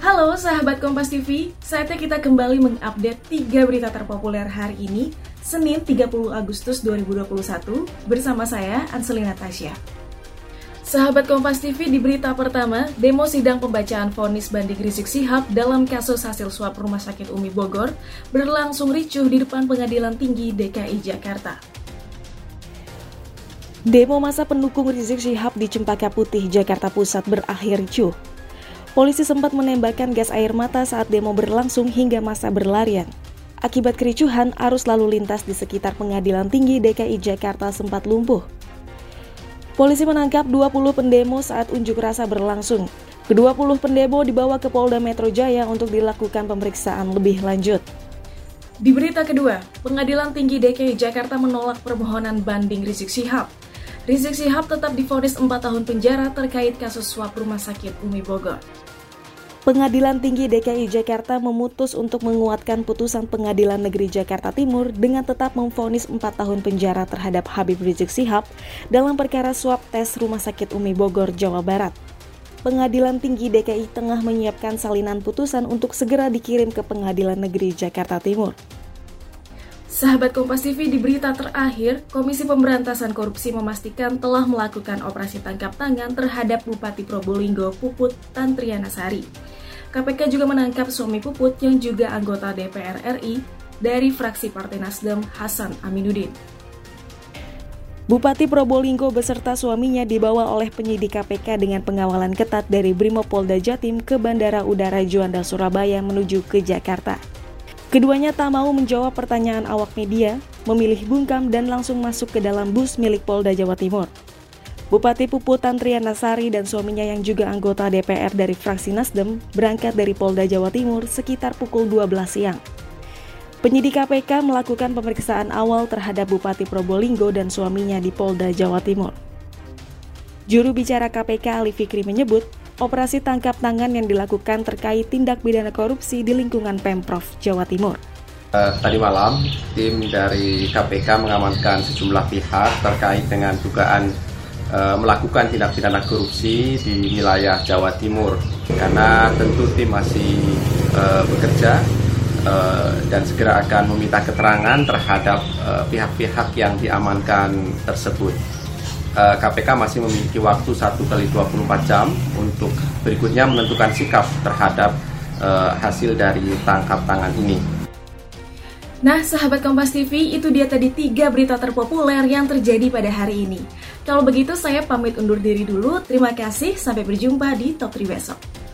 Halo sahabat Kompas TV, saatnya kita kembali mengupdate 3 berita terpopuler hari ini, Senin 30 Agustus 2021, bersama saya, Anselina Tasya. Sahabat Kompas TV, di berita pertama, demo sidang pembacaan vonis banding Rizik Syihab dalam kasus hasil suap Rumah Sakit Umi Bogor berlangsung ricuh di depan Pengadilan Tinggi DKI Jakarta. Demo massa pendukung Rizik Syihab di Cempaka Putih, Jakarta Pusat berakhir ricuh. Polisi sempat menembakkan gas air mata saat demo berlangsung hingga massa berlarian. Akibat kericuhan, arus lalu lintas di sekitar Pengadilan Tinggi DKI Jakarta sempat lumpuh. Polisi menangkap 20 pendemo saat unjuk rasa berlangsung. Ke-20 pendemo dibawa ke Polda Metro Jaya untuk dilakukan pemeriksaan lebih lanjut. Di berita kedua, Pengadilan Tinggi DKI Jakarta menolak permohonan banding Rizik Syihab. Rizik Syihab tetap divonis 4 tahun penjara terkait kasus suap Rumah Sakit Umi Bogor. Pengadilan Tinggi DKI Jakarta memutus untuk menguatkan putusan Pengadilan Negeri Jakarta Timur dengan tetap memvonis 4 tahun penjara terhadap Habib Rizik Syihab dalam perkara suap tes Rumah Sakit Umi Bogor, Jawa Barat. Pengadilan Tinggi DKI tengah menyiapkan salinan putusan untuk segera dikirim ke Pengadilan Negeri Jakarta Timur. Sahabat Kompas TV, di berita terakhir, Komisi Pemberantasan Korupsi memastikan telah melakukan operasi tangkap tangan terhadap Bupati Probolinggo Puput Tantriana Sari. KPK juga menangkap suami Puput yang juga anggota DPR RI dari fraksi Partai Nasdem, Hasan Aminuddin. Bupati Probolinggo beserta suaminya dibawa oleh penyidik KPK dengan pengawalan ketat dari Brimopolda Jatim ke Bandara Udara Juanda Surabaya menuju ke Jakarta. Keduanya tak mau menjawab pertanyaan awak media, memilih bungkam dan langsung masuk ke dalam bus milik Polda Jawa Timur. Bupati Puput Tantriana Sari dan suaminya yang juga anggota DPR dari fraksi Nasdem berangkat dari Polda Jawa Timur sekitar pukul 12 siang. Penyidik KPK melakukan pemeriksaan awal terhadap Bupati Probolinggo dan suaminya di Polda Jawa Timur. Juru bicara KPK Ali Fikri menyebut, operasi tangkap tangan yang dilakukan terkait tindak pidana korupsi di lingkungan Pemprov Jawa Timur. Tadi malam, tim dari KPK mengamankan sejumlah pihak terkait dengan dugaan melakukan tindak pidana korupsi di wilayah Jawa Timur. Karena tentu tim masih bekerja dan segera akan meminta keterangan terhadap pihak-pihak yang diamankan tersebut. KPK masih memiliki waktu 1x24 jam untuk berikutnya menentukan sikap terhadap hasil dari tangkap tangan ini. Nah, sahabat Kompas TV, itu dia tadi 3 berita terpopuler yang terjadi pada hari ini. Kalau begitu, saya pamit undur diri dulu. Terima kasih, sampai berjumpa di Top 3 besok.